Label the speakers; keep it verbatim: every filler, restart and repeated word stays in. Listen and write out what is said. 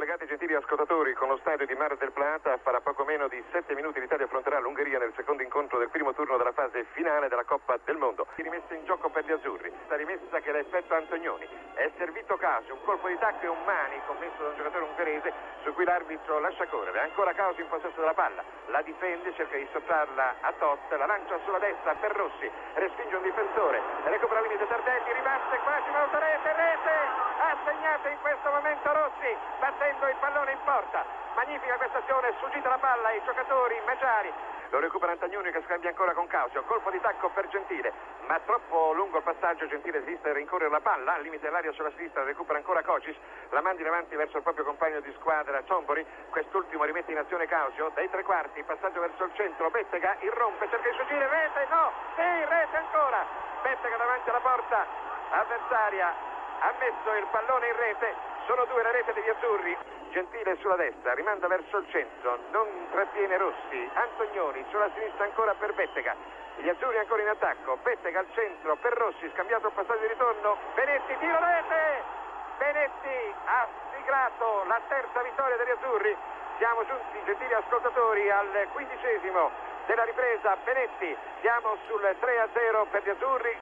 Speaker 1: collegati gentili ascoltatori, con lo stadio di Mar del Plata farà poco meno di sette minuti l'Italia affronterà l'Ungheria nel secondo incontro del primo turno della fase finale della Coppa del Mondo. Rimessa in gioco per gli azzurri, sta rimessa che l'effetto Antonioni, è servito Causi, un colpo di tacco e un mani commesso da un giocatore ungherese su cui l'arbitro lascia correre. Ancora Causi in possesso della palla, la difende, cerca di sottrarla a Totti, la lancia sulla destra per Rossi, respinge un difensore, recupera il limite Tardelli, ribatte quasi molta rete, rete! Ha segnato in questo momento Rossi, battendo il pallone in porta. Magnifica questa azione, sfuggita la palla ai giocatori Magiari. Lo recupera Antonioni che scambia ancora con Causio, colpo di tacco per Gentile, ma troppo lungo il passaggio. Gentile esiste e rincorre la palla, al limite dell'area sulla sinistra, recupera ancora Cocis, la manda in avanti verso il proprio compagno di squadra Ciambori, quest'ultimo rimette in azione Causio, dai tre quarti, passaggio verso il centro, Bettega irrompe, cerca di sfuggire, rete, no, sì, rete ancora, Bettega davanti alla porta avversaria, ha messo il pallone in rete, sono due le rete degli azzurri. Gentile sulla destra, rimanda verso il centro, non trattiene Rossi, Antonioni sulla sinistra ancora per Bettega, gli azzurri ancora in attacco, Bettega al centro per Rossi, scambiato il passaggio di ritorno, Benetti, tiro rete, Benetti ha siglato la terza vittoria degli azzurri. Siamo giunti, gentili ascoltatori, al quindicesimo della ripresa. Benetti, siamo sul tre a zero per gli azzurri.